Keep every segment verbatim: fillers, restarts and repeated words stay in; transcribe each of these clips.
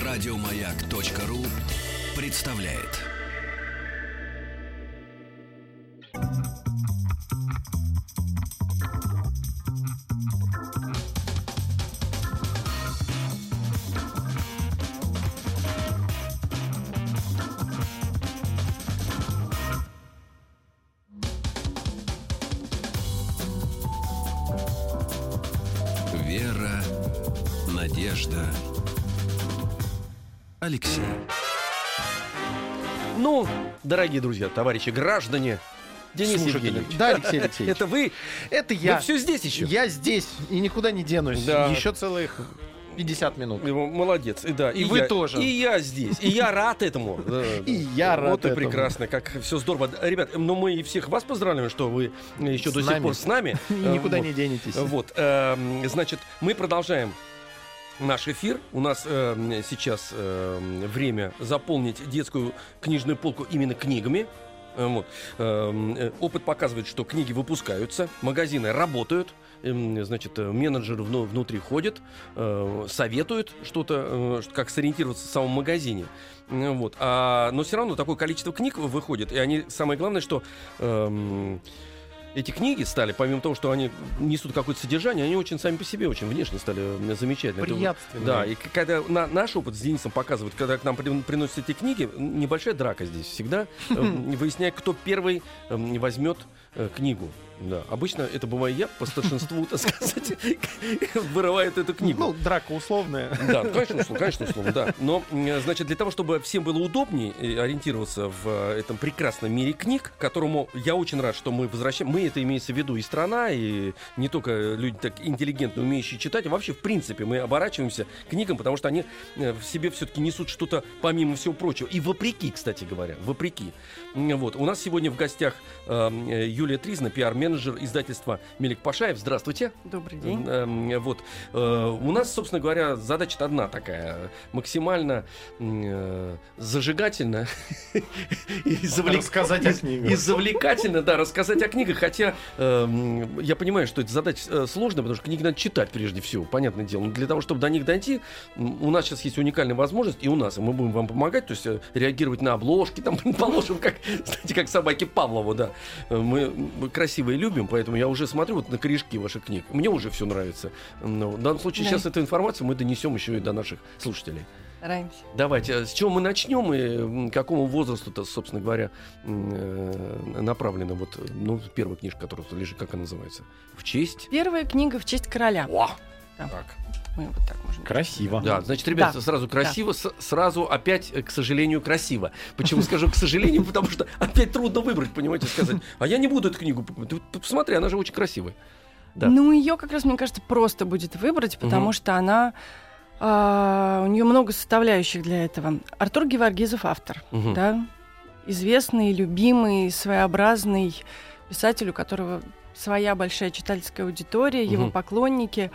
Радиомаяк.ру представляет. Вера, надежда, Алексей. Ну, дорогие друзья, товарищи граждане, Денис Слушатели. Евгеньевич. Да, Алексей Алексеевич. Это вы? Это я. Вы все здесь еще? Я здесь и никуда не денусь. Да. Еще целых пятьдесят минут. Молодец. И, да, И вы я, тоже. И я здесь. И я рад этому. И я рад Вот и этому. прекрасно, как все здорово. Ребят, ну мы и всех вас поздравляем, что вы еще С до сих нами. пор с нами. И никуда Вот. не денетесь. Вот, эм, значит, мы продолжаем наш эфир. У нас э, сейчас э, время заполнить детскую книжную полку именно книгами. Э, Вот. Э, э, опыт показывает, что книги выпускаются, магазины работают, э, значит, э, менеджеры вну- внутри ходят, э, советуют что-то, э, ш- как сориентироваться в самом магазине. Э, Вот. А, но все равно такое количество книг выходит, и они, самое главное, что эм, эти книги стали, помимо того, что они несут какое-то содержание, они очень сами по себе, очень внешне стали э, замечательны. Это вот- Приятственно. Да, и к- когда на- наш опыт с Денисом показывает, когда к нам при- приносят эти книги, н- небольшая драка здесь всегда, э, выясняя, кто первый э, возьмет э, книгу. Да. Обычно это бываю я, по старшинству, так сказать, вырывает эту книгу. Ну, драка условная. Да, ну, конечно, условно, конечно, условно, да. Но, м, значит, для того, чтобы всем было удобнее э, ориентироваться в э, этом прекрасном мире книг, к которому я очень рад, что мы возвращаем. Мы, это имеется в виду и страна, и не только люди так интеллигентно умеющие читать, а вообще, в принципе, мы оборачиваемся к книгам, потому что они э, в себе все-таки несут что-то помимо всего прочего. И вопреки, кстати говоря, вопреки. М, Вот. У нас сегодня в гостях э, э, Юлия Тризна, пиар-менеджер издательства Мелик Пашаев. Здравствуйте. Добрый день. Эм, Вот. Э, У нас, собственно говоря, задача одна такая. Максимально э, зажигательно и завлек- Рассказать о и- книгах. и завлекательно, да, рассказать о книгах. Хотя эм, я понимаю, что эта задача э, сложная, потому что книги надо читать прежде всего, понятное дело. Но для того, чтобы до них дойти, м, у нас сейчас есть уникальная возможность, и у нас, и мы будем вам помогать, то есть э, реагировать на обложки, там, положим, как, знаете, как собаки Павлову, да. Э, Мы, мы красивые любим, поэтому я уже смотрю вот на корешки ваших книг. Мне уже все нравится. Но в данном случае Да. сейчас эту информацию мы донесем еще и до наших слушателей. Стараемся. Давайте, а с чего мы начнем и м, к какому возрасту-то, собственно говоря, м, э, направлена вот, ну, первая книжка, которая тут лежит, как она называется? В честь? Первая книга «В честь короля». О! Да. Так. Мы вот так можем. Красиво. Да, значит, ребята, Да. сразу красиво, с- сразу опять, э, к сожалению, красиво. Почему скажу к сожалению? Потому что опять трудно выбрать, понимаете, сказать. А я не буду эту книгу покупать. Ты посмотри, она же очень красивая. Да. Ну, ее как раз, мне кажется, просто будет выбрать, потому Мгм. что она... а, у нее много составляющих для этого. Артур Геворгизов автор, Мгм. да? Известный, любимый, своеобразный писатель, у которого своя большая читательская аудитория, его Мгм. поклонники.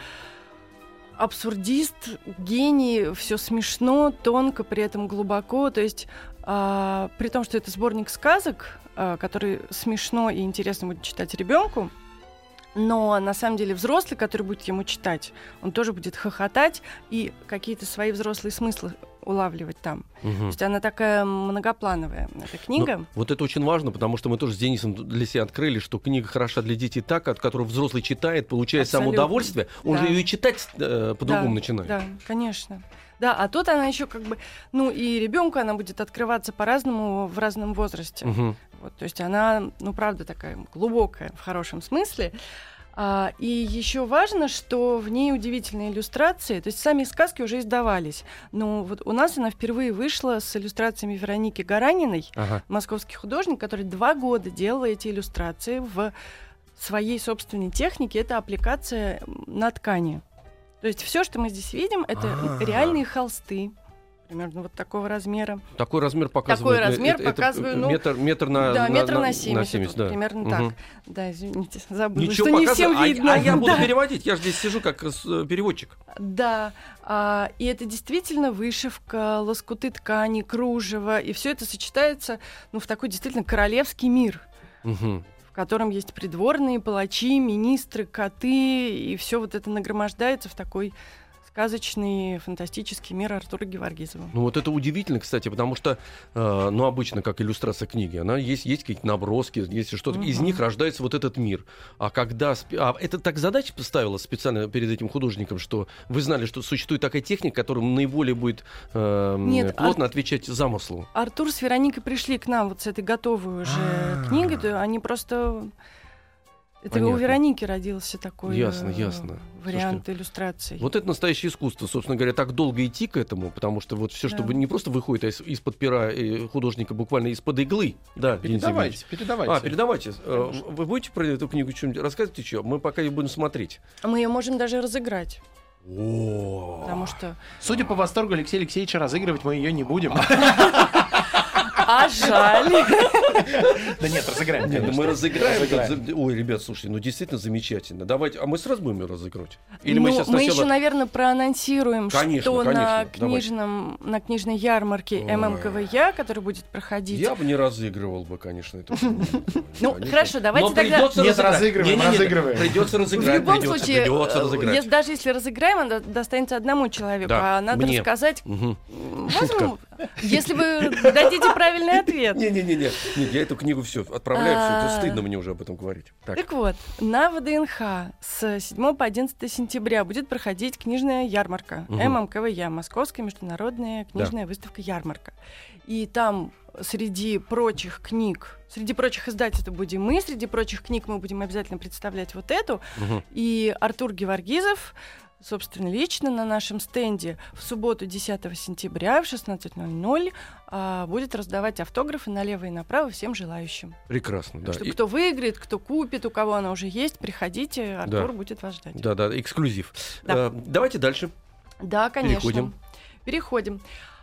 Абсурдист, гений, все смешно, тонко, при этом глубоко. То есть, а, при том, что это сборник сказок, а, который смешно и интересно будет читать ребенку, но на самом деле взрослый, который будет ему читать, он тоже будет хохотать и какие-то свои взрослые смыслы улавливать там. Мгм. То есть она такая многоплановая, эта книга. Ну, вот это очень важно, потому что мы тоже с Денисом для себя открыли, что книга хороша для детей так, от которой взрослый читает, получает само Абсолютно. удовольствие, он Да. же ее и читать э, по-другому Да, начинает. Да, конечно. Да, а тут она еще как бы, ну и ребенку она будет открываться по-разному в разном возрасте. Мгм. Вот, то есть она, ну правда, такая глубокая в хорошем смысле. А, и еще важно, что в ней удивительные иллюстрации. То есть сами сказки уже издавались. Но вот у нас она впервые вышла с иллюстрациями Вероники Гараниной, Ага. московский художник, который два года делал эти иллюстрации в своей собственной технике. Это аппликация на ткани. То есть все, что мы здесь видим, это А. реальные холсты. Примерно вот такого размера. Такой размер показывает. Такой размер это- это показываю, ну, метр, метр на, да, на, метр на, на семьдесят, семьдесят, вот да. примерно Мгм. так. Да, извините, забыла, Ничего что не показывай, всем а- видно. А, я буду Да. переводить, я же здесь сижу как э, переводчик. Да, а, и это действительно вышивка, лоскуты ткани, кружево, и все это сочетается, ну, в такой действительно королевский мир, Мгм. в котором есть придворные, палачи, министры, коты, и все вот это нагромождается в такой сказочный, фантастический мир Артура Геворгизова. Ну вот это удивительно, кстати, потому что, э, ну обычно, как иллюстрация книги, она есть, есть какие-то наброски, есть что-то, Мгм. из них рождается вот этот мир. А когда... спе- А это так задача поставила специально перед этим художником, что вы знали, что существует такая техника, которая наиболее будет э, Нет, плотно отвечать замыслу. Артур с Вероникой пришли к нам вот с этой готовой уже А. книгой, то они просто... Это Понятно. у Вероники родился такой Ясно, э, ясно. вариант иллюстрации. Вот это настоящее искусство. Собственно говоря, так долго идти к этому, потому что вот все, что Да. не просто выходит из- из-под пера э, художника, буквально из-под иглы. Да, Денис Евгеньевич. Передавайте, передавайте. А, передавайте. Э, Конечно. Вы будете про эту книгу что-нибудь рассказывать еще? Мы пока ее будем смотреть. Мы ее можем даже разыграть, О, потому что... Судя по восторгу Алексея Алексеевича, разыгрывать мы ее не будем. А жаль. Да нет, разыграем, Нет, ну конечно. мы разыграем. Разыграем. это за- Ой, ребят, слушайте, ну действительно замечательно. Давайте, а мы сразу будем ее разыгрывать? Или Ну, мы сейчас мы сначала... еще, наверное, проанонсируем, Конечно, что на, конечно, давайте. книжном, на книжной ярмарке Ой. эм эм ка вэ я, которая будет проходить. Я бы не разыгрывал бы, конечно, эту книгу. Ну, Конечно. хорошо, давайте Но тогда- придется Нет, разыграть. разыгрываем, Не-не-не, разыгрываем. Придется В разыграть. любом придется, случае, придется э, разыграть. если- даже если разыграем, она достанется одному человеку, Да, а надо мне. рассказать, Мгм. м, возможно, если вы дадите правильный ответ. Не-не-не, нет, я эту книгу все отправляю, все, это А. стыдно мне уже об этом говорить. Так. Так вот, на вэ дэ эн ха с седьмого по одиннадцатое сентября будет проходить книжная ярмарка Мгм. эм эм ка вэ я, Московская международная книжная выставка ярмарка. И там среди прочих книг, среди прочих издательств будем мы, среди прочих книг мы будем обязательно представлять вот эту. Мгм. И Артур Геворгизов, собственно, лично на нашем стенде в субботу десятого сентября в шестнадцать ноль ноль а, будет раздавать автографы налево и направо всем желающим. Прекрасно, да. Что И- кто выиграет, кто купит, у кого она уже есть, приходите, Артур Да. будет вас ждать. Да, да, эксклюзив. Да. Э, Давайте дальше. Да, конечно. Переходим. Переходим.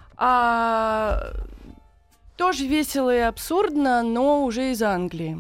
А, тоже весело и абсурдно, но уже из Англии.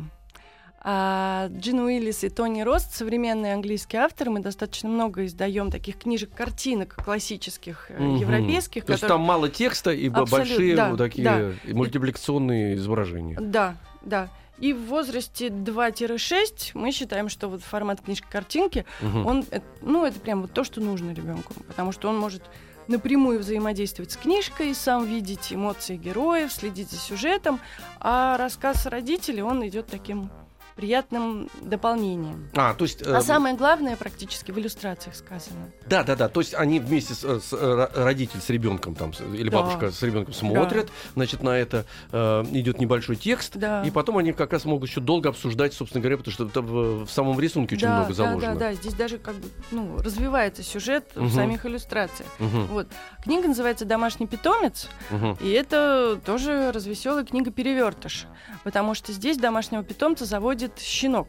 А, Джин Уиллис и Тони Рост, современные английские авторы, мы достаточно много издаем таких книжек-картинок классических, э, Мгм. европейских. То есть которые- там мало текста и б- Абсолютно, большие да, вот такие да. и мультипликационные изображения. Да, да. И в возрасте два-шесть мы считаем, что вот формат книжки-картинки, Мгм. он, э, ну, это прям вот то, что нужно ребенку, потому что он может напрямую взаимодействовать с книжкой, сам видеть эмоции героев, следить за сюжетом, а рассказ родителей, он идет таким приятным дополнением. А, то есть... э, А самое главное практически в иллюстрациях сказано. Да, да, да. То есть они вместе с, с, э, родитель с ребенком там с- или Да. бабушка с ребенком смотрят, значит, на это э, идет небольшой текст, Да. и потом они как раз могут еще долго обсуждать, собственно говоря, потому что там в, в самом рисунке очень да, много да, заложено. да, да, здесь даже как бы ну, развивается сюжет Мгм. в самих иллюстрациях. Мгм, Вот. Книга называется «Домашний питомец», мгм. и это тоже развеселая книга «Перевертыш», потому что здесь домашнего питомца заводит щенок.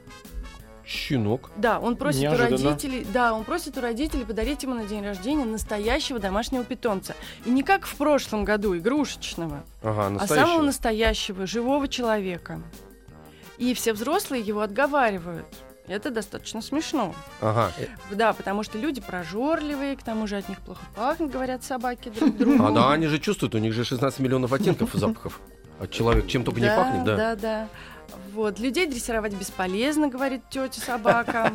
Щенок. Да, он просит у Неожиданно. родителей, да, он просит у родителей подарить ему на день рождения настоящего домашнего питомца. И не как в прошлом году, игрушечного, Ага, а настоящий. самого настоящего, живого человека. И все взрослые его отговаривают. Это достаточно смешно. Ага. Э, Да, потому что люди прожорливые, к тому же от них плохо пахнет, говорят собаки друг другу. А да, они же чувствуют, у них же шестнадцать миллионов оттенков запахов от человека, чем только не пахнет, да. Да, да. Вот, людей дрессировать бесполезно, говорит тетя собака.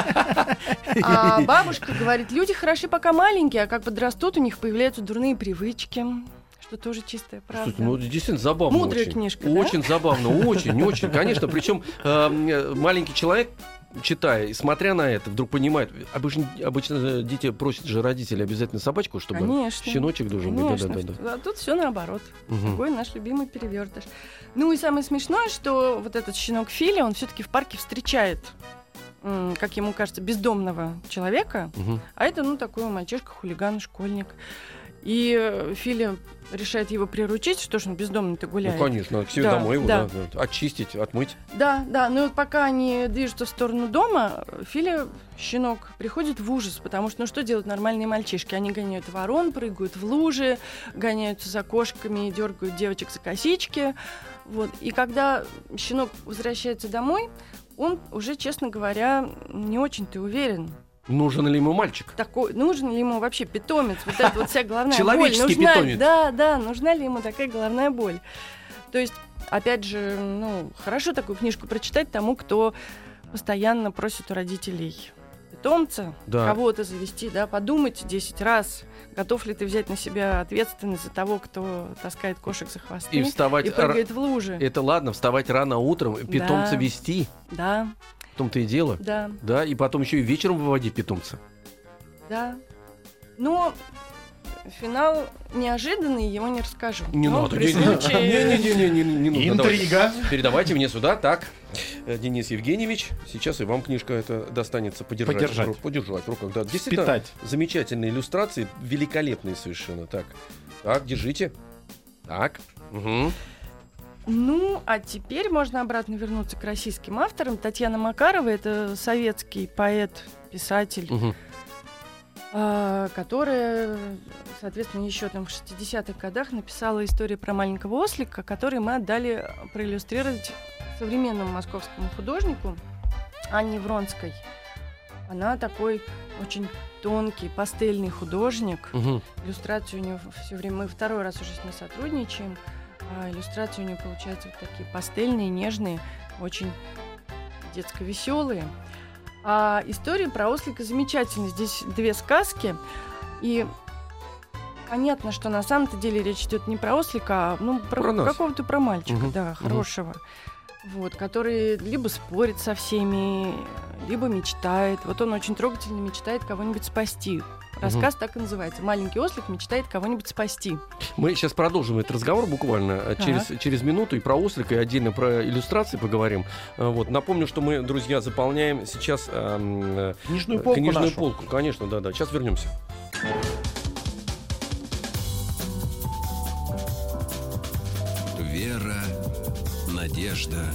А бабушка говорит, люди хороши пока маленькие, а как подрастут, у них появляются дурные привычки. Что тоже чистая правда. Слушайте, ну действительно забавно. Мудрая очень. книжка, да? Очень забавно, очень, очень. Конечно, причем э, маленький человек, читая и смотря на это, вдруг понимает. Обычно, обычно дети просят же родителей обязательно собачку, чтобы Конечно. щеночек должен быть. Конечно. Да, да, да, А тут все наоборот. Мгм. Такой наш любимый перевертыш. Ну и самое смешное, что вот этот щенок Фили, он все-таки в парке встречает, м, как ему кажется, бездомного человека. Мгм. А это, ну, такой мальчишка, хулиган, школьник. И э, Филя решает его приручить, что ж он бездомный-то гуляет. Ну, конечно, надо к себе Да, домой его, да. да, да, очистить, отмыть. Да, да, но вот пока они движутся в сторону дома, Филя, щенок, приходит в ужас, потому что, ну, что делают нормальные мальчишки? Они гоняют ворон, прыгают в лужи, гоняются за кошками и дергают девочек за косички. Вот. И когда щенок возвращается домой, он уже, честно говоря, не очень-то уверен. Нужен ли ему мальчик? Такой, нужен ли ему вообще питомец? Вот это вот вся головная Человеческий боль. Нужна, питомец. Да, да, нужна ли ему такая головная боль? То есть, опять же, ну, хорошо такую книжку прочитать тому, кто постоянно просит у родителей питомца, Да. кого-то завести, да, подумать десять раз, готов ли ты взять на себя ответственность за того, кто таскает кошек за хвосты И вставать... и прыгает в лужи. Это ладно, вставать рано утром, питомца Да. вести. Да, В том-то и дело. да, Да, и потом еще и вечером выводить питомца. да. Но финал неожиданный, его не расскажу. Не Но надо. при случае- Не-не-не. Интрига. Передавайте мне сюда. Так, э, Денис Евгеньевич, сейчас и вам книжка это достанется подержать. Подержать. В ру- подержать в руках. Да, действительно, Питать. замечательные иллюстрации, великолепные совершенно. Так, так, держите. Так. Угу. Ну, а теперь можно обратно вернуться к российским авторам. Татьяна Макарова — это советский поэт, писатель, Угу. а, которая, соответственно, еще там в шестидесятых годах написала историю про маленького ослика, который мы отдали проиллюстрировать современному московскому художнику Анне Вронской. Она такой очень тонкий, пастельный художник. Угу. Иллюстрации у нее все время... Мы второй раз уже с ней сотрудничаем. А иллюстрации у нее получаются вот такие пастельные, нежные, очень детско-веселые. А история про ослика замечательная. Здесь две сказки. И понятно, что на самом-то деле речь идет не про ослика, а ну, про, Про нас. какого-то про мальчика, Мгм, да, мгм. хорошего. Вот, который либо спорит со всеми, либо мечтает. Вот он очень трогательно мечтает кого-нибудь спасти. Рассказ так и называется. Маленький ослик мечтает кого-нибудь спасти. Мы сейчас продолжим этот разговор буквально а, Так. через, через минуту и про ослика, и отдельно про иллюстрации поговорим. А, Вот. Напомню, что мы, друзья, заполняем сейчас ам, э, Книжную полку книжную нашу. полку. Конечно, да-да. Сейчас вернемся. Вера, надежда.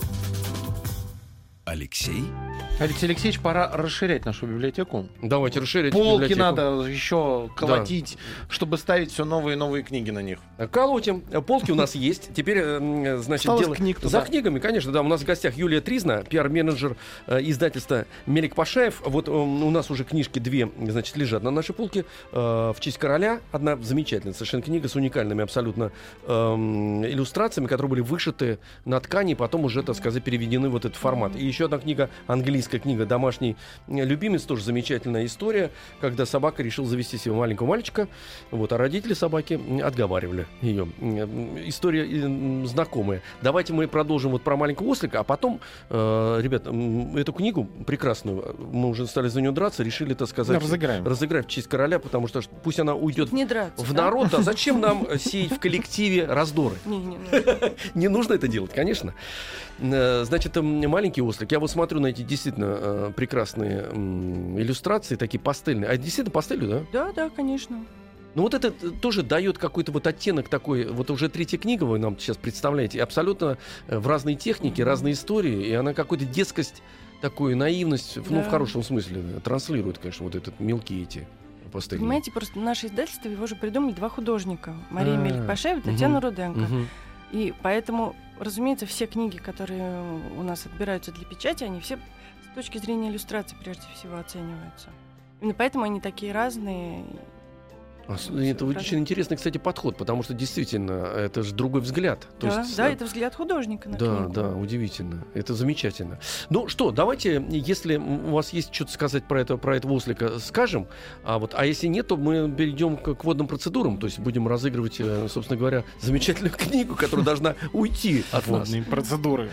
Алексей? Алексей Алексеевич, пора расширять нашу библиотеку. Давайте расширить Полки библиотеку. надо еще колотить, чтобы ставить все новые и новые книги на них. Колотим. Полки у нас есть. Теперь, э, значит, Осталось дело... книг туда. За книгами, конечно, да. У нас в гостях Юлия Тризна, пиар-менеджер э, издательства Мелик Пашаев. Вот э, у нас уже книжки две, значит, лежат на нашей полке. Э, «В честь короля». Одна замечательная совершенно книга с уникальными абсолютно э, иллюстрациями, которые были вышиты на ткани, и потом уже, так сказать, переведены в этот формат. И еще одна книга, английская книга «Домашний любимец». Тоже замечательная история, когда собака решила завести себе маленького мальчика, вот, а родители собаки отговаривали ее. История э, знакомая. Давайте мы продолжим вот про маленького ослика, а потом, э, ребят, м, эту книгу прекрасную, мы уже стали за нее драться, решили, так сказать, Разыграем. разыграть «В честь короля», потому что ж- пусть она уйдет Не драться. в да? народ, а зачем нам э, сеять в коллективе раздоры? Не, не, не. Не нужно это делать, конечно. Э, Значит, м, маленький ослик. Я вот смотрю на эти действительно э, прекрасные м, иллюстрации, такие пастельные. А это действительно пастелью, да? Да, да, конечно. Ну вот это э, тоже дает какой-то вот оттенок такой. Вот уже третья книга вы нам сейчас представляете. Абсолютно э, в разной технике, разные истории. И она какую-то детскость, такую наивность, в- ну Да. в хорошем смысле, э, транслирует, конечно, вот этот мелкие эти пастельные. Понимаете, просто наше издательство, его же придумали два художника. Мария А, Мелик-Пашаева и Татьяна мгм, Руденко. Мгм. И поэтому, разумеется, все книги, которые у нас отбираются для печати, они все с точки зрения иллюстрации прежде всего оцениваются. Именно поэтому они такие разные. А, с- Это очень интересный, кстати, подход, потому что действительно это же другой взгляд. То Да, есть, да, э, это взгляд художника на Да, книгу. да, удивительно. Это замечательно. Ну что, давайте, если у вас есть что-то сказать про это, про этого ослика, скажем. А вот, а если нет, то мы перейдем к, к водным процедурам. То есть будем разыгрывать, э, собственно говоря, замечательную книгу, которая должна уйти от нас. Водные процедуры.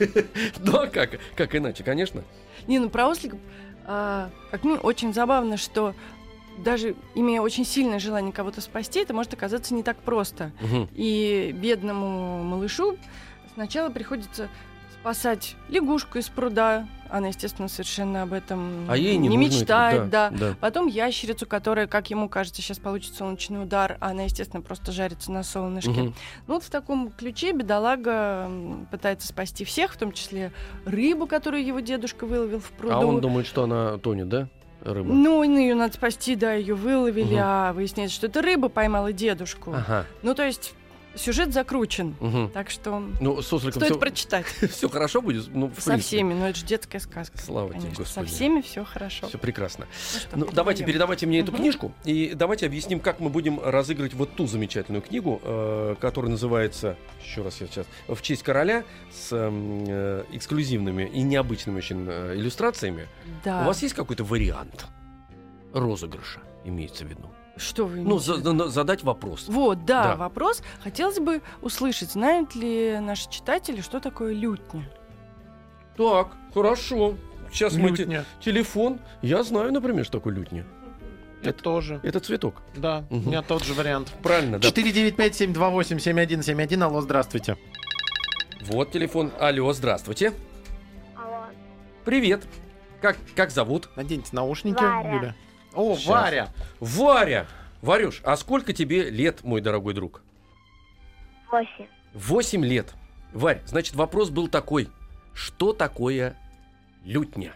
Ну а как? Как иначе, конечно. Не, ну про ослика, а, как мне очень забавно, что даже имея очень сильное желание кого-то спасти, это может оказаться не так просто. Мгм. И бедному малышу сначала приходится спасать лягушку из пруда. Она, естественно, совершенно об этом А ей не, нужно это, мечтает, да. да. Потом ящерицу, которая, как ему кажется, сейчас получит солнечный удар, а она, естественно, просто жарится на солнышке. Мгм. Ну вот в таком ключе бедолага м, пытается спасти всех, в том числе рыбу, которую его дедушка выловил в пруду. А он думает, что она тонет, да, рыба? Ну, ее надо спасти, да, ее выловили, Мгм. а выясняется, что это рыба поймала дедушку. Ага. Ну, то есть сюжет закручен, Мгм. так что Ну, с Осликом стоит все, прочитать. все хорошо будет? Ну, в Со принципе. всеми, но это же детская сказка. Слава тебе, конечно. Со Господи. всеми все хорошо. Все прекрасно. Ну что, Ну, давайте, передаем. передавайте мне эту Мгм. книжку, и давайте объясним, как мы будем разыгрывать вот ту замечательную книгу, э, которая называется, еще раз я сейчас, «В честь короля», с эм, э, эксклюзивными и необычными очень э, иллюстрациями. Да. У вас есть какой-то вариант розыгрыша, имеется в виду? Что вы Ну, имеете в за- виду? на- задать вопрос. Вот, да, Да. вопрос. Хотелось бы услышать, знают ли наши читатели, что такое лютня? Так, хорошо. Сейчас мы те- Лютня. телефон. Я знаю, например, что такое лютня. Я тоже. Это цветок. Да, у Мгм. меня тот же вариант. Правильно, да. четыре девять пять семь два восемь семь один семь один. Алло, здравствуйте. Вот телефон. Алло, здравствуйте. Алло. Привет. Как, как зовут? Наденьте наушники, Варя. Юля. О, Щас. Варя. Варя. Варюш, а сколько тебе лет, мой дорогой друг? Восемь. Восемь лет. Варь, значит, вопрос был такой. Что такое лютня?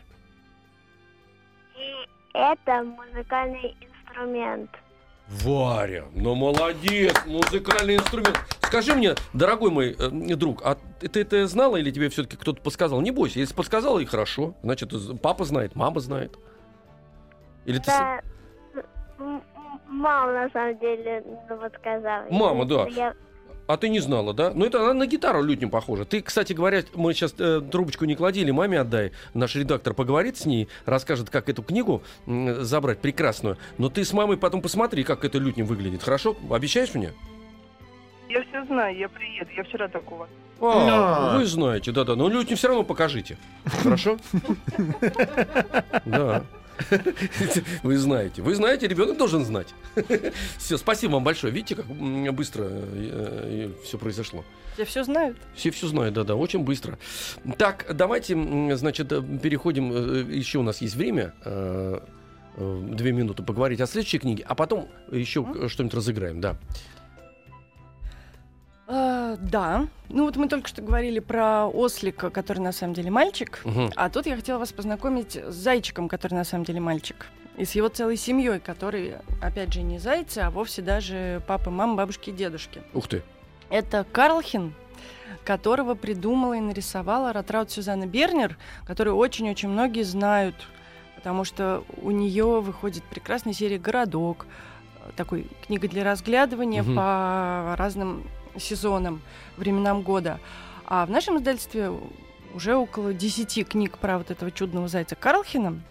И это музыкальный инструмент. Варя, ну молодец, музыкальный инструмент. Скажи мне, дорогой мой э, друг, а ты это знала или тебе все-таки кто-то подсказал? Не бойся, если подсказала, и хорошо. Значит, з- папа знает, мама знает. Или ты... с- Да, м- м- мама на самом деле ну, вот сказала. Мама, да. Я- А ты не знала, да? Ну, это она на гитару лютню похожа. Ты, кстати говоря, мы сейчас э, трубочку не клади, или маме отдай. Наш редактор поговорит с ней, расскажет, как эту книгу м, забрать прекрасную. Но ты с мамой потом посмотри, как эта лютня выглядит. Хорошо? Обещаешь мне? Я все знаю, я приеду, я вчера так у вас. А, Да. вы знаете, да-да. Но лютню все равно покажите. Хорошо? Да. Вы знаете. Вы знаете, ребенок должен знать. Все, спасибо вам большое. Видите, как м, быстро все произошло. Все все знают. Все все знают, да-да, очень быстро. Так, давайте, м, значит, э, переходим. э, Еще у нас есть время. э, э, Две минуты поговорить о следующей книге, а потом еще Мгм. что-нибудь разыграем, да. А, да. Ну вот мы только что говорили про ослика, который на самом деле мальчик. Мгм. А тут я хотела вас познакомить с зайчиком, который на самом деле мальчик. И с его целой семьей, который, опять же, не зайцы, а вовсе даже папа, мама, бабушки и дедушки. Ух ты. Это Карлхин, которого придумала и нарисовала Ротраут Сюзанна Бернер, которую очень-очень многие знают, потому что у нее выходит прекрасная серия «Городок», такой книга для разглядывания Мгм. по разным сезонам, временам года. А в нашем издательстве уже около десяти книг про вот этого чудного зайца Карлхина.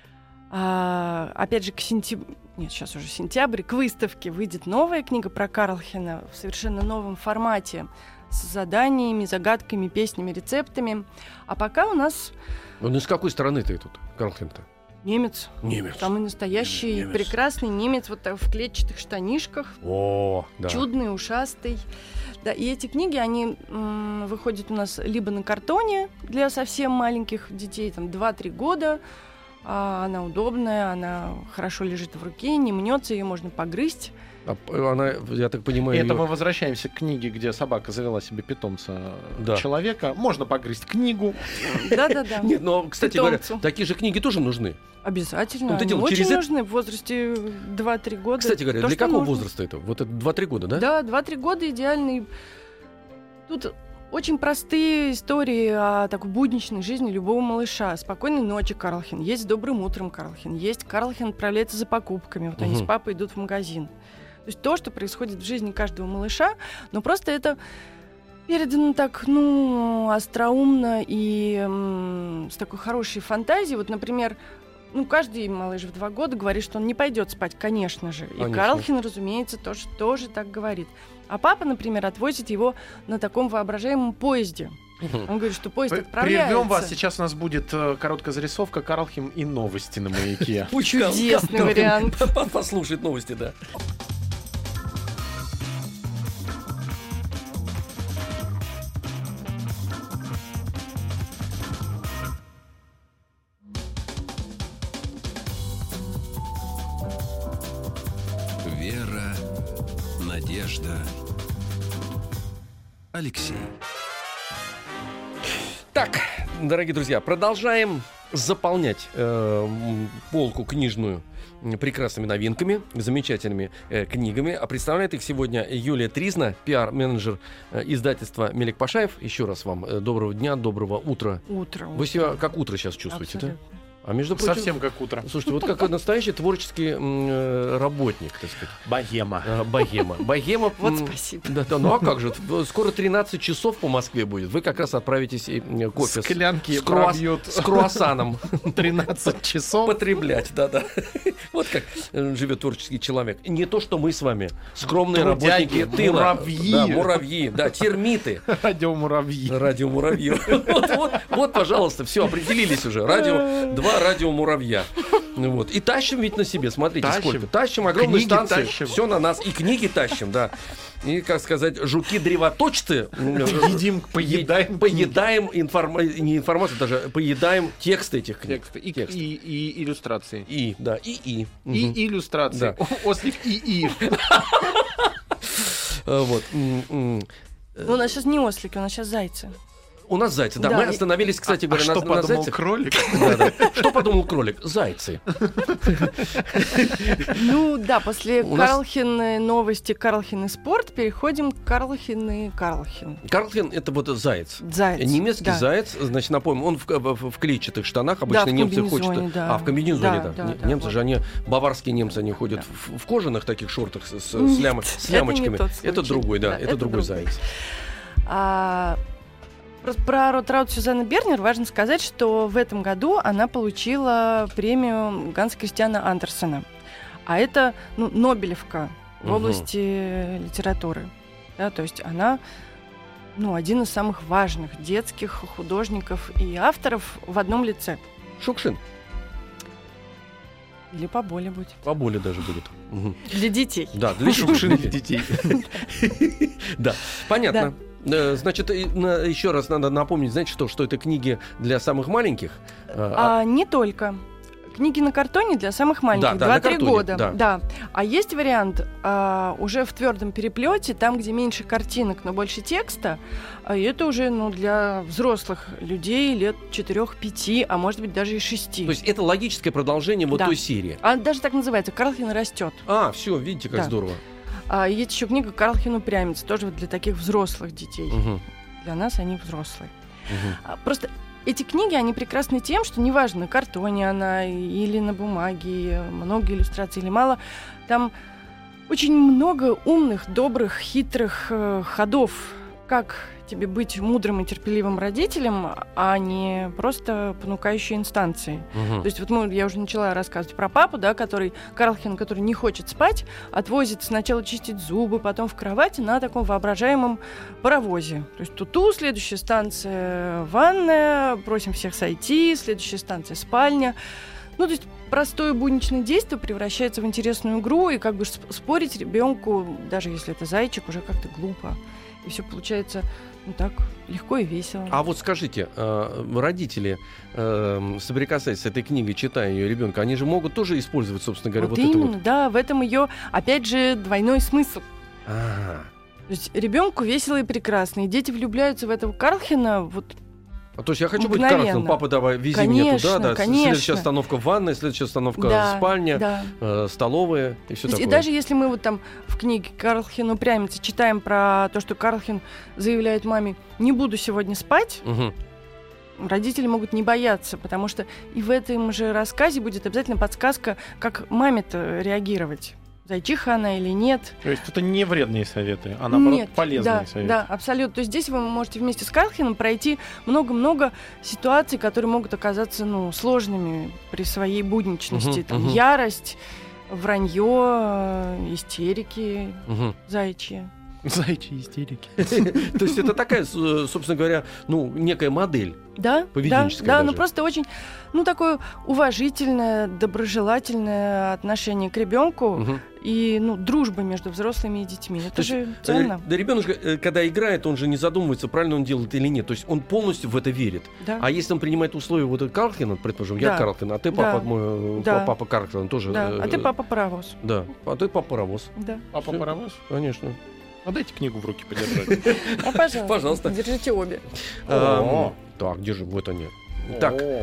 А, опять же, к сентябрю, нет, сейчас уже сентябрь, к выставке выйдет новая книга про Карлхина в совершенно новом формате с заданиями, загадками, песнями, рецептами. А пока у нас Ну, из какой стороны ты тут, Карлхин-то? немец, Немец. самый настоящий, Немец. прекрасный немец, вот так в клетчатых штанишках, О, да. чудный, ушастый. Да, и эти книги, они м, выходят у нас либо на картоне для совсем маленьких детей, там два-три года. А она удобная, она хорошо лежит в руке, не мнется, ее можно погрызть. А, она, я так понимаю, Это её- мы возвращаемся к книге, где собака завела себе питомца Да. человека. Можно погрызть книгу. Да-да-да. Нет, но, кстати говоря, Питомцу. такие же книги тоже нужны. Обязательно. Ну, ты Они дело, очень через это- нужны в возрасте два-три года. Кстати говоря, То, для что какого нужно. возраста это? Вот это два-три года, да? Да, два-три года идеальный. Тут очень простые истории о такой будничной жизни любого малыша. «Спокойной ночи, Карлхин». Есть «С добрым утром, Карлхин». Есть «Карлхин отправляется за покупками». Вот они Мгм. с папой идут в магазин. То есть то, что происходит в жизни каждого малыша, но просто это передано так, ну, остроумно и м, с такой хорошей фантазией. Вот, например, ну, каждый малыш в два года говорит, что он не пойдет спать, конечно же. И Конечно. Карлхин, разумеется, тоже, тоже так говорит. А папа, например, отвозит его на таком воображаемом поезде. Мгм. Он говорит, что поезд отправляется. Прервем вас. Сейчас у нас будет э, короткая зарисовка Карлхин и новости на маяке. Пусть Чудесный Карлхин вариант. послушает новости, да. Вера, надежда, Алексей. Так, дорогие друзья, продолжаем заполнять э, м, полку книжную прекрасными новинками, замечательными э, книгами. А представляет их сегодня Юлия Тризна, пиар-менеджер э, издательства Мелик Пашаев. Еще раз вам э, доброго дня, доброго утра. Утро. Вы себя как утро сейчас чувствуете, Абсолютно. да? А между прочим, Совсем как утро. слушайте, вот как настоящий творческий м, э, работник, так сказать. Богема. А, Богема. Богема. Вот м, спасибо. Да, да, ну а как же? Скоро тринадцать часов по Москве будет. Вы как раз отправитесь и м, кофе с, Склянки с, круасс- пробьют с круассаном тринадцать часов. потреблять. Да-да. Вот как э, живет творческий человек. Не то, что мы с вами. Скромные Трудяги, работники тыла. муравьи. Да, муравьи. Да, термиты. Радиомуравьи. Радио муравьи. Вот, вот, вот, пожалуйста, все, определились уже. Радио, два радио муравья. Вот. И тащим ведь на себе, смотрите, Тащим. сколько. Тащим огромные Книги станции. тащим. Все на нас. И книги тащим, да. И, как сказать, жуки-древоточцы. Едим, поедаем Поедаем информа- не информацию, даже поедаем тексты этих книг. тексты и, Тексты. и, и иллюстрации. И, да, и, и. И Мгм. иллюстрации. Да. Ослик и и. Э, Вот. М, м. Ну, у нас сейчас не ослики, у нас сейчас зайцы. У нас зайцы, да. Да, Мы и- остановились, кстати А говоря, что на, на подумал зайцах. кролик? Да, да. Что подумал кролик? Зайцы. Ну да, после У нас- Карлхины новости, Карлхины спорт, переходим к Карлхины Карлхин. Карлхен — это вот заяц. Заяц. Немецкий да. заяц, значит, напомним, он в, в- в клетчатых штанах. Обычно Да, в немцы комбинезоне, ходят. да. А, в комбинезоне, да. Да, да, Не- да, немцы вот. же, они, баварские немцы, они ходят Да. в, в кожаных таких шортах с, с, Нет, с ляма- с это не лямочками. тот Это случай. другой, да, Да, это, это другой другой. заяц. А, просто про Ротраут Сюзанны Бернер важно сказать, что в этом году она получила премию Ганса Кристиана Андерсена. А это ну, Нобелевка в Мгм. области литературы. Да, то есть она ну, один из самых важных детских художников и авторов в одном лице. Шукшин. Или поболее будет. Поболее даже будет. Мгм. Для детей. Да, для Шукшин Шукшина. для детей. Да, понятно. Э, Значит, и на- еще раз надо напомнить, знаете что, что это книги для самых маленьких. А, А не только. Книги на картоне для самых маленьких, Да, да, на два-три картоне, года. да. А есть вариант а, уже в твердом переплете, там, где меньше картинок, но больше текста. А это уже ну, для взрослых людей лет четырех-пяти, а может быть даже и шести. То есть это логическое продолжение вот Да. той серии. А даже так называется «Карлхин растет». А, все, видите, как Да. здорово. А есть еще книга «Карлхин упрямец», тоже вот для таких взрослых детей. Мгм, Для нас они взрослые. мгм. А, Просто эти книги, они прекрасны тем, что неважно, на картоне она или на бумаге, много иллюстраций или мало, там очень много умных, добрых, хитрых э, ходов, как тебе быть мудрым и терпеливым родителем, а не просто понукающей инстанцией. Мгм. То есть вот мы, я уже начала рассказывать про папу, да, который, Карлхин, который не хочет спать, отвозит сначала чистить зубы, потом в кровати на таком воображаемом паровозе. То есть туту, следующая станция ванная, просим всех сойти, следующая станция спальня. Ну, то есть простое будничное действие превращается в интересную игру, и как бы сп- спорить ребенку, даже если это зайчик, уже как-то глупо. И все получается ну так легко и весело. А вот скажите, э, родители, э, соприкасаясь с этой книгой, читая ее ребенка, они же могут тоже использовать, собственно говоря, вот вот, это именно, вот. да, в этом ее, опять же, двойной смысл. А, То есть ребенку весело и прекрасно, и дети влюбляются в этого Карлхина, вот а то есть я хочу быть Мгновенно. Карлсоном, папа, давай, вези меня Конечно, туда, да. конечно. Следующая остановка ванная, следующая остановка да, спальня, да. э, столовая и все То есть такое. и даже если мы вот там в книге «Карлхин упрямец» читаем про то, что Карлхин заявляет маме «не буду сегодня спать», Мгм. родители могут не бояться, потому что и в этом же рассказе будет обязательно подсказка, как маме-то реагировать. Зайчиха она или нет. То есть это не вредные советы, а наоборот Нет, полезные да, советы. Да, абсолютно. То есть здесь вы можете вместе с Карлхином пройти много-много ситуаций, которые могут оказаться ну, сложными при своей будничности. Мгм, Там, мгм. ярость, вранье, э, истерики Мгм. зайчьи. Зайчьи истерики. То есть это такая, с- э, собственно говоря, ну, некая модель. Да, да, Поведенческое да, даже. ну просто очень, ну такое уважительное, доброжелательное отношение к ребенку Мгм. и ну дружба между взрослыми и детьми. Это То же есть, ценно. э, Да ребенок, когда играет, он же не задумывается, правильно он делает или нет. То есть он полностью в это верит. Да. А если он принимает условия вот от Карлхина, предположим, я Да. Карлхин, а ты Да. папа мой, э, Да. папа Карлхин тоже. Да. э, А ты папа паровоз. Да, а ты папа паровоз. Да. Папа Всё. паровоз? Конечно. А дайте книгу в руки подержать. А пожалуйста. Пожалуйста. Держите обе. Ам, О. Так, держи, вот они. Так, О.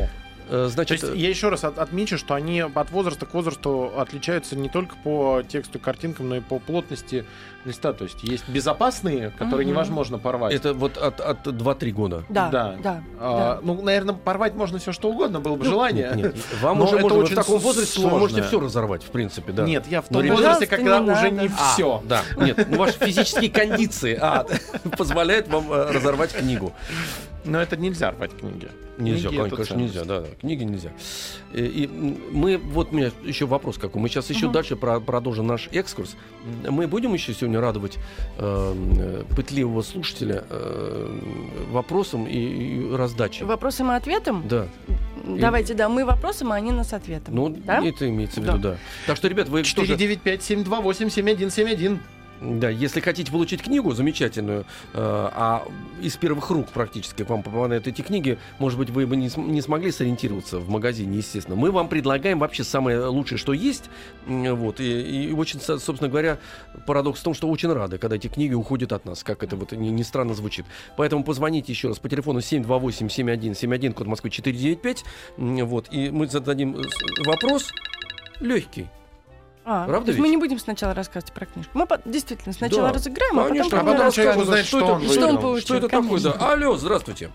Э, Значит, То есть я еще раз от- отмечу, что они от возраста к возрасту отличаются не только по тексту и картинкам, но и по плотности листа. То есть есть безопасные, которые Мгм. невозможно порвать. это вот от, от два-три года. Да, Да. да, А, да. ну, наверное, порвать можно все что угодно, было бы желание. Нет, нет, вам Но уже это можно, вы очень в таком возрасте вы сложно. можете все разорвать, в принципе, да. Нет, я в Ну, том ребята- возрасте, Пожалуйста, когда не уже надо. не А, все. да, нет, ну, ваши физические кондиции а, позволяют вам э, разорвать книгу. Но это нельзя рвать книги. Нельзя, Книги — это конечно, ценность. нельзя, да, да, книги нельзя. И, и м, мы, вот у меня еще вопрос какой. Мы сейчас еще Мгм. дальше про- продолжим наш экскурс. М, Мы будем еще сегодня радовать э, э, пытливого слушателя э, вопросом и, и раздачей. Вопросом и ответом? Да, Давайте, да, мы вопросом, а они нас ответом. ну да? это имеется в виду, да. Так что, ребят, вы четыре тоже, девять пять семь два восемь семь один семь один. да, если хотите получить книгу замечательную, э, а из первых рук практически к вам попадают эти книги, может быть, вы бы не, см- не смогли сориентироваться в магазине, естественно. Мы вам предлагаем вообще самое лучшее, что есть. М, Вот, и, и очень, со- собственно говоря, парадокс в том, что очень рады, когда эти книги уходят от нас, как это вот не, не странно звучит. Поэтому позвоните еще раз по телефону семь два восемь семь один семь один, код Москвы четыре девять пять. М, Вот, и мы зададим э, с- вопрос легкий. А, Правда то есть ведь? мы не будем сначала рассказывать про книжку. Мы по- действительно сначала Да, разыграем, а конечно, потом а про потом нее человек расскажем. узнает, что он это, выиграл. Что он получил, Что это такое, да? конечно. Алло, здравствуйте.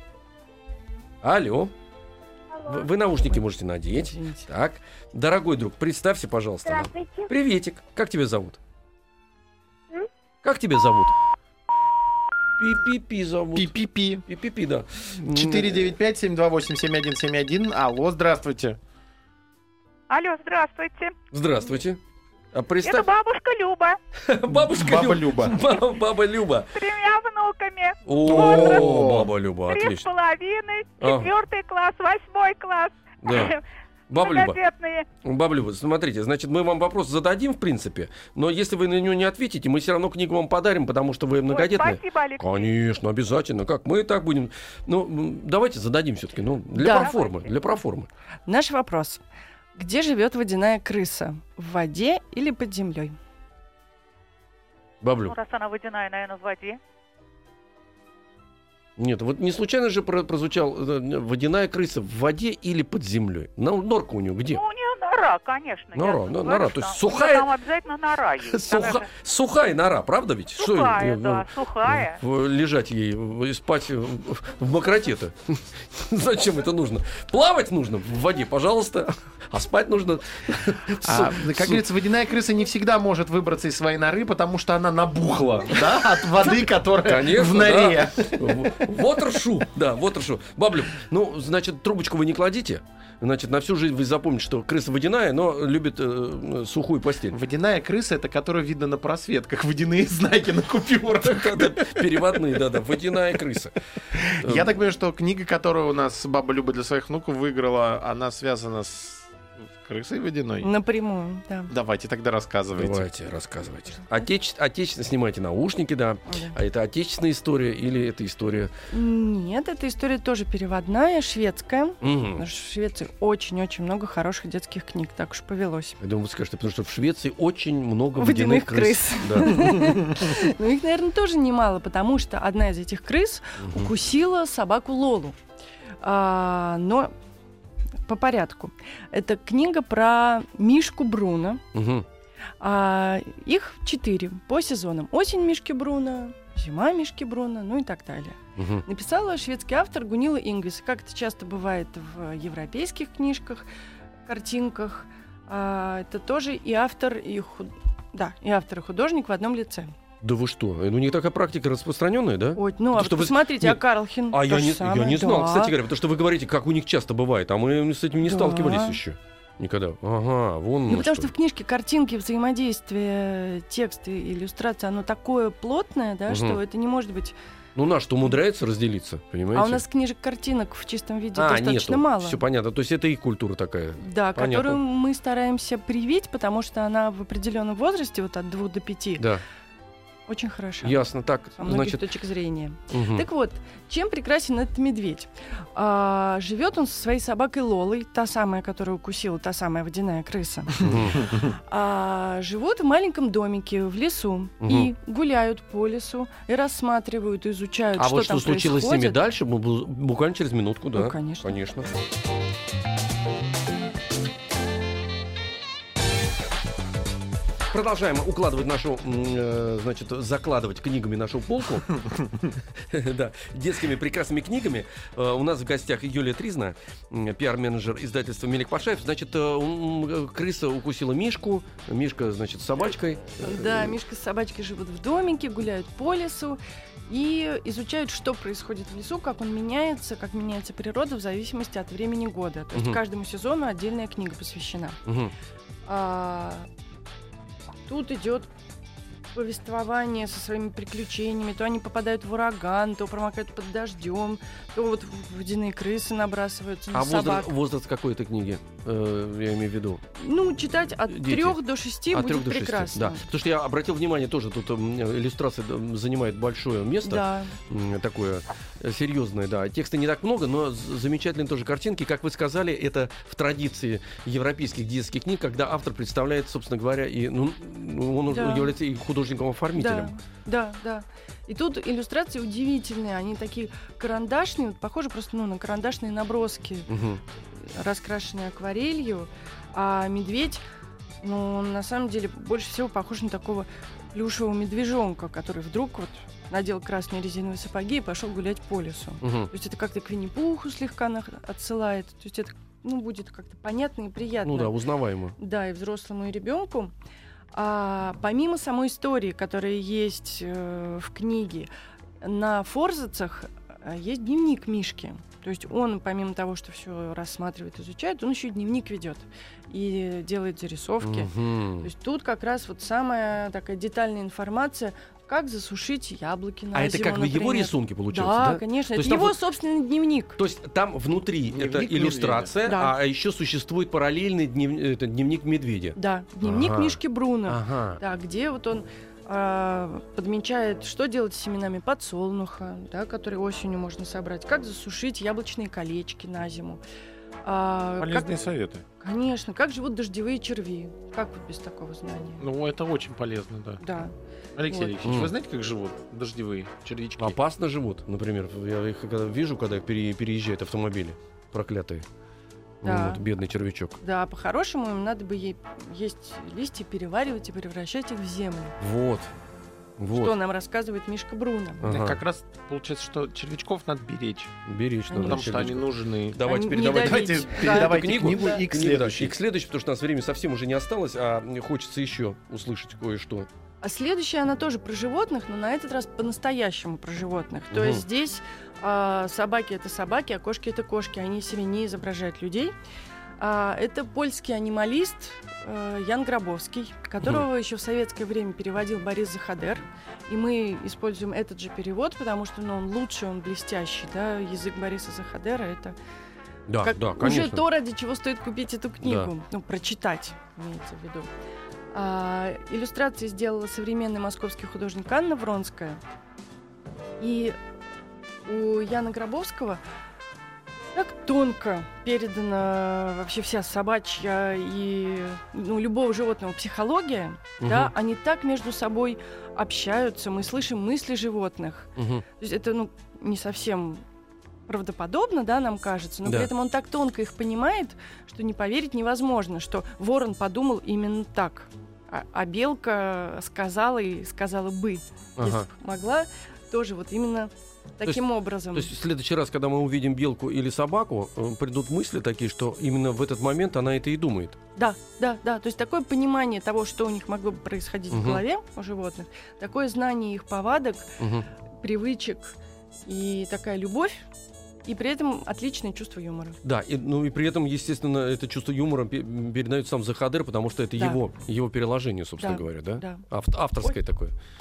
Алло. Вы, вы наушники можете надеть. Извините. Так, дорогой друг, представься, пожалуйста, нам. Здравствуйте. Приветик. Как тебя зовут? М? Как тебя зовут? Пи-пи-пи зовут. Пи-пи-пи. Пи-пи-пи, да. четыре девять пять семь два восемь семь один семь один. Алло, здравствуйте. Алло, здравствуйте. Здравствуйте. А Это представь... бабушка Люба Бабушка Баба Люба. Люба. Ба- Баба Люба. с тремя внуками. О, Баба Люба, Три с отлично. половиной, Ага. четвертый класс, восьмой класс. Да. Баба Люба. Многодетные. Баба Люба, смотрите, значит, мы вам вопрос зададим, в принципе, но если вы на него не ответите, мы все равно книгу вам подарим, потому что вы Ой, многодетные. спасибо, Алексей. Конечно, обязательно. Как мы и так будем. Ну, м, давайте зададим все-таки. Ну, для Да. проформы. Для проформы. Наш вопрос. Где живет водяная крыса? В воде или под землей? Баблю. Ну, раз она водяная, наверное, в воде. Нет, вот не случайно же про- прозвучал э, водяная крыса в воде или под землей. Ну, норка у нее где? Ну, у нее нора, конечно. Я Нора, же да, говорю, нора. что То есть там- у неё сухая- Там обязательно нора есть. Она Суха- же Сухая нора, правда ведь? Что, Сухая, э, да, сухая. в- лежать ей в- и спать в, в мокроте-то. Зачем это нужно? Плавать нужно в воде, пожалуйста, а спать нужно. А, Су- как су- говорится, водяная крыса не всегда может выбраться из своей норы, потому что она набухла, да, от воды, которая Конечно, в норе. Вотершу, да, вотершу. Баблю, ну, значит, трубочку вы не кладите. Значит, на всю жизнь вы запомните, что крыса водяная, но любит э, сухую постель. Водяная крыса — это которая видно на просвет, как водяные знаки на купюрах. Да-да, переводные, да-да, водяная крыса. Я так понимаю, что книга, которую у нас баба Люба для своих внуков выиграла, она связана с крысой водяной. Напрямую, да. Давайте тогда рассказывайте. Давайте, рассказывайте. Отече- Отечественно снимайте наушники, да. А это отечественная история или это история... Нет, эта история тоже переводная, шведская. Мгм. Потому что в Швеции очень-очень много хороших детских книг, так уж повелось. Я думаю, вы скажете, потому что в Швеции очень много Водяных водяных крыс. Да. Ну, их, наверное, тоже немало, потому что одна из этих крыс Мгм. укусила собаку Лолу. А, но по порядку. Это книга про Мишку Бруно. Мгм. А, их четыре по сезонам. Осень Мишки Бруно, зима Мишки Бруно, ну и так далее. Мгм. Написала шведский автор Гунила Ингвис. Как это часто бывает в европейских книжках, картинках. А, это тоже и автор, и худ... да, и автор, и художник в одном лице. Да вы что? Ну, у них такая практика распространенная, да? Ой, ну, То, а что вы- посмотрите, Нет. а Карлхин А то я же не, самое, я не знал, да. кстати говоря, потому что вы говорите, как у них часто бывает, а мы с этим не Да. сталкивались еще. Никогда. Ага, вон Ну, оно потому что. что в книжке картинки, взаимодействие, тексты, иллюстрация, оно такое плотное, да, Мгм. что это не может быть... Ну, наш-то умудряется разделиться, понимаете? А у нас книжек-картинок в чистом виде А, достаточно нету. мало. Все понятно. То есть это их культура такая. Да, Понятно. которую мы стараемся привить, потому что она в определенном возрасте, вот от двух до пяти, Да. Очень хороша. Ясно. Так, Со многих значит... точек зрения. Мгм. Так вот, чем прекрасен этот медведь? А, живет он со своей собакой Лолой, та самая, которая укусила, та самая водяная крыса. Мгм. А, живут в маленьком домике в лесу Мгм. и гуляют по лесу, и рассматривают, и изучают, А что вот там что случилось с ними происходит. дальше, мы бу- буквально через минутку, да? Ну, конечно. Конечно. Продолжаем укладывать нашу, м, э, значит, закладывать книгами нашу полку. Да, детскими прекрасными книгами. Э, У нас в гостях Юлия Тризна, м, пиар-менеджер издательства «Мелик Пашаев». Значит, э, м, э, крыса укусила Мишку, Мишка, значит, с собачкой. Да, Мишка с собачкой живут в домике, гуляют по лесу и изучают, что происходит в лесу, как он меняется, как меняется природа в зависимости от времени года. То есть Мгм. каждому сезону отдельная книга посвящена. Мгм. А, тут идет повествование со своими приключениями. То они попадают в ураган, то промокают под дождем, то вот водяные крысы набрасываются на А собак. возраст, возраст какой этой книги, э, я имею в виду? Ну, читать от Дети. трех до шести От будет трех до шести, прекрасно. да. Потому что я обратил внимание, тоже тут м, иллюстрация м, занимает большое место. Да. М, Такое э, серьезное, да. Текста не так много, но з- замечательные тоже картинки. Как вы сказали, это в традиции европейских детских книг, когда автор представляет, собственно говоря, и ну, он Да. является и художником-оформителем. Да, да, да. И тут иллюстрации удивительные. Они такие карандашные, вот похожи просто ну, на карандашные наброски, Мгм. раскрашенные акварелью. А медведь, ну, он на самом деле больше всего похож на такого плюшевого медвежонка, который вдруг вот надел красные резиновые сапоги и пошел гулять по лесу. Мгм. То есть это как-то к Винни-Пуху слегка нах- отсылает. То есть это ну, будет как-то понятно и приятно. Ну да, узнаваемо. Да, и взрослому, и ребенку. А, помимо самой истории, которая есть э, в книге, на форзацах э, есть дневник Мишки. То есть он, помимо того, что все рассматривает, изучает, он еще и дневник ведет и делает зарисовки. Мгм. То есть тут как раз вот самая такая детальная информация, как засушить яблоки на А это зиму, как бы его например. рисунки, получается, Да, да? конечно. То Это есть там его вот- собственный дневник. То есть там внутри Дневник это медведя. иллюстрация, Да. а еще существует параллельный днев- это дневник медведя. Да, дневник Ага. Мишки Бруно. Ага. Да, где вот он а, подмечает, что делать с семенами подсолнуха, да, которые осенью можно собрать, как засушить яблочные колечки на зиму. А, Полезные как- советы. конечно, как живут дождевые черви. Как вот без такого знания? Ну, это очень полезно, да. Да. Алексей Вот. Алексеевич, М. вы знаете, как живут дождевые червячки? Опасно живут, например. Я их когда вижу, когда пере- переезжают автомобили. Проклятые. Да. Вот, бедный червячок. Да, по-хорошему им надо бы ей есть листья, переваривать и превращать их в землю. Вот. Вот. Что нам рассказывает Мишка Бруно. Да, Ага. как раз получается, что червячков надо беречь, Беречь надо. потому что они червячков. нужны. Давайте Они передавайте. не Давайте давить. передавайте Да. книгу, Да. и к Книгу, да. следующей. И к следующей, потому что у нас времени совсем уже не осталось, а хочется еще услышать кое-что. А следующая, она тоже про животных, но на этот раз по-настоящему про животных. То Мгм. есть здесь а, собаки — это собаки, а кошки — это кошки. Они себе не изображают людей. А, это польский анималист э, Ян Гробовский, которого еще в советское время переводил Борис Захадер. И мы используем этот же перевод, потому что ну, он лучший, он блестящий. Да? Язык Бориса Захадера — это Да, как- да, уже конечно. то, ради чего стоит купить эту книгу. Ну, прочитать, имеется в виду. А, иллюстрации сделала современный московский художник Анна Вронская. И у Яна Гробовского так тонко передана вообще вся собачья и ну, любого животного психология. Мгм. Да, они так между собой общаются, мы слышим мысли животных. Мгм. То есть это ну, не совсем правдоподобно, да, нам кажется, но Да. при этом он так тонко их понимает, что не поверить невозможно, что ворон подумал именно так, а, а белка сказала и сказала бы, если Ага. б могла, тоже вот именно таким образом. То есть в следующий раз, когда мы увидим белку или собаку, э, придут мысли такие, что именно в этот момент она это и думает. Да, да, да. То есть такое понимание того, что у них могло бы происходить Мгм. в голове у животных, такое знание их повадок, Мгм. привычек и такая любовь, и при этом отличное чувство юмора. Да, и, ну и при этом, естественно, это чувство юмора пе- передает сам Захадер, потому что это Да. его, его переложение, собственно Да, говоря, да? Да. Авт- авторское такое.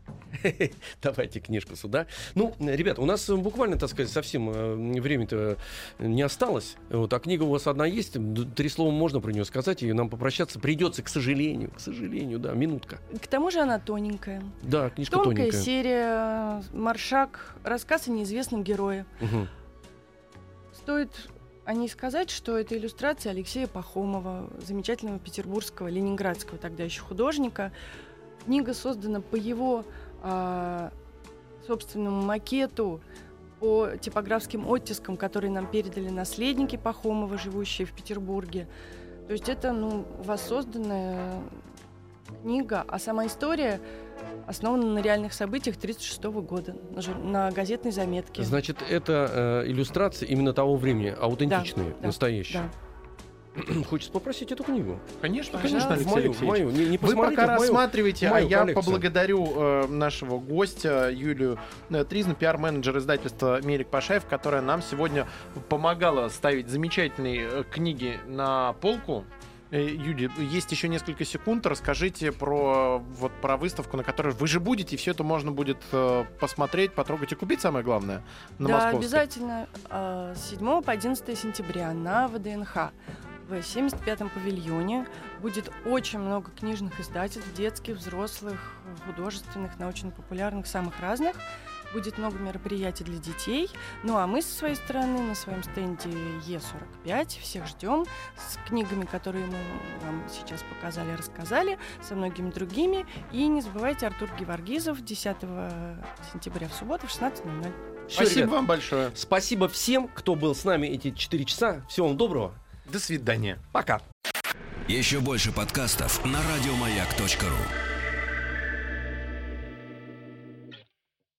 Давайте книжку сюда. Ну, ребята, у нас буквально, так сказать, совсем э, времени-то не осталось. Вот, а книга у вас одна есть. Три слова можно про нее сказать, и нам попрощаться придется, к сожалению. К сожалению, да, минутка. К тому же она тоненькая. Да, книжка Тонкая тоненькая. серия «Маршак», рассказ о неизвестном герое. Угу. Стоит о ней сказать, что это иллюстрация Алексея Пахомова, замечательного петербургского, ленинградского тогда еще художника. Книга создана по его а, собственному макету, по типографским оттискам, которые нам передали наследники Пахомова, живущие в Петербурге. То есть это, ну, воссозданная книга, а сама история основана на реальных событиях тысяча девятьсот тридцать шестого года, на, жур... на газетной заметке. Значит, это э, иллюстрации именно того времени, аутентичные, да, настоящие. Да. Хочется попросить эту книгу. Конечно, Пожалуйста. конечно, В Алексей мою, в Алексеевич. мою. Не, не Вы пока посмотрите, в мою- рассматриваете, в а мою я коллекцию. поблагодарю э, нашего гостя Юлию э, Тризну, пиар-менеджер издательства Мерик Пашаев, которая нам сегодня помогала ставить замечательные э, книги на полку. Э, Юля, есть еще несколько секунд. Расскажите про, вот, про выставку, на которой вы же будете, и все это можно будет э, посмотреть, потрогать и купить, самое главное, на Да, Московской. обязательно э, с седьмого по одиннадцатое сентября на ВДНХ в семьдесят пятом павильоне будет очень много книжных издательств, детских, взрослых, художественных, научно-популярных, самых разных. Будет много мероприятий для детей. Ну а мы со своей стороны на своем стенде Е сорок пять всех ждем с книгами, которые мы вам сейчас показали, рассказали, со многими другими. И не забывайте, Артур Геворгизов десятого сентября в субботу в шестнадцать ноль ноль. Всё, Спасибо ребят, вам большое. Спасибо всем, кто был с нами эти четыре часа. Всего вам доброго. До свидания. Пока. Еще больше подкастов на радиомаяк точка ру.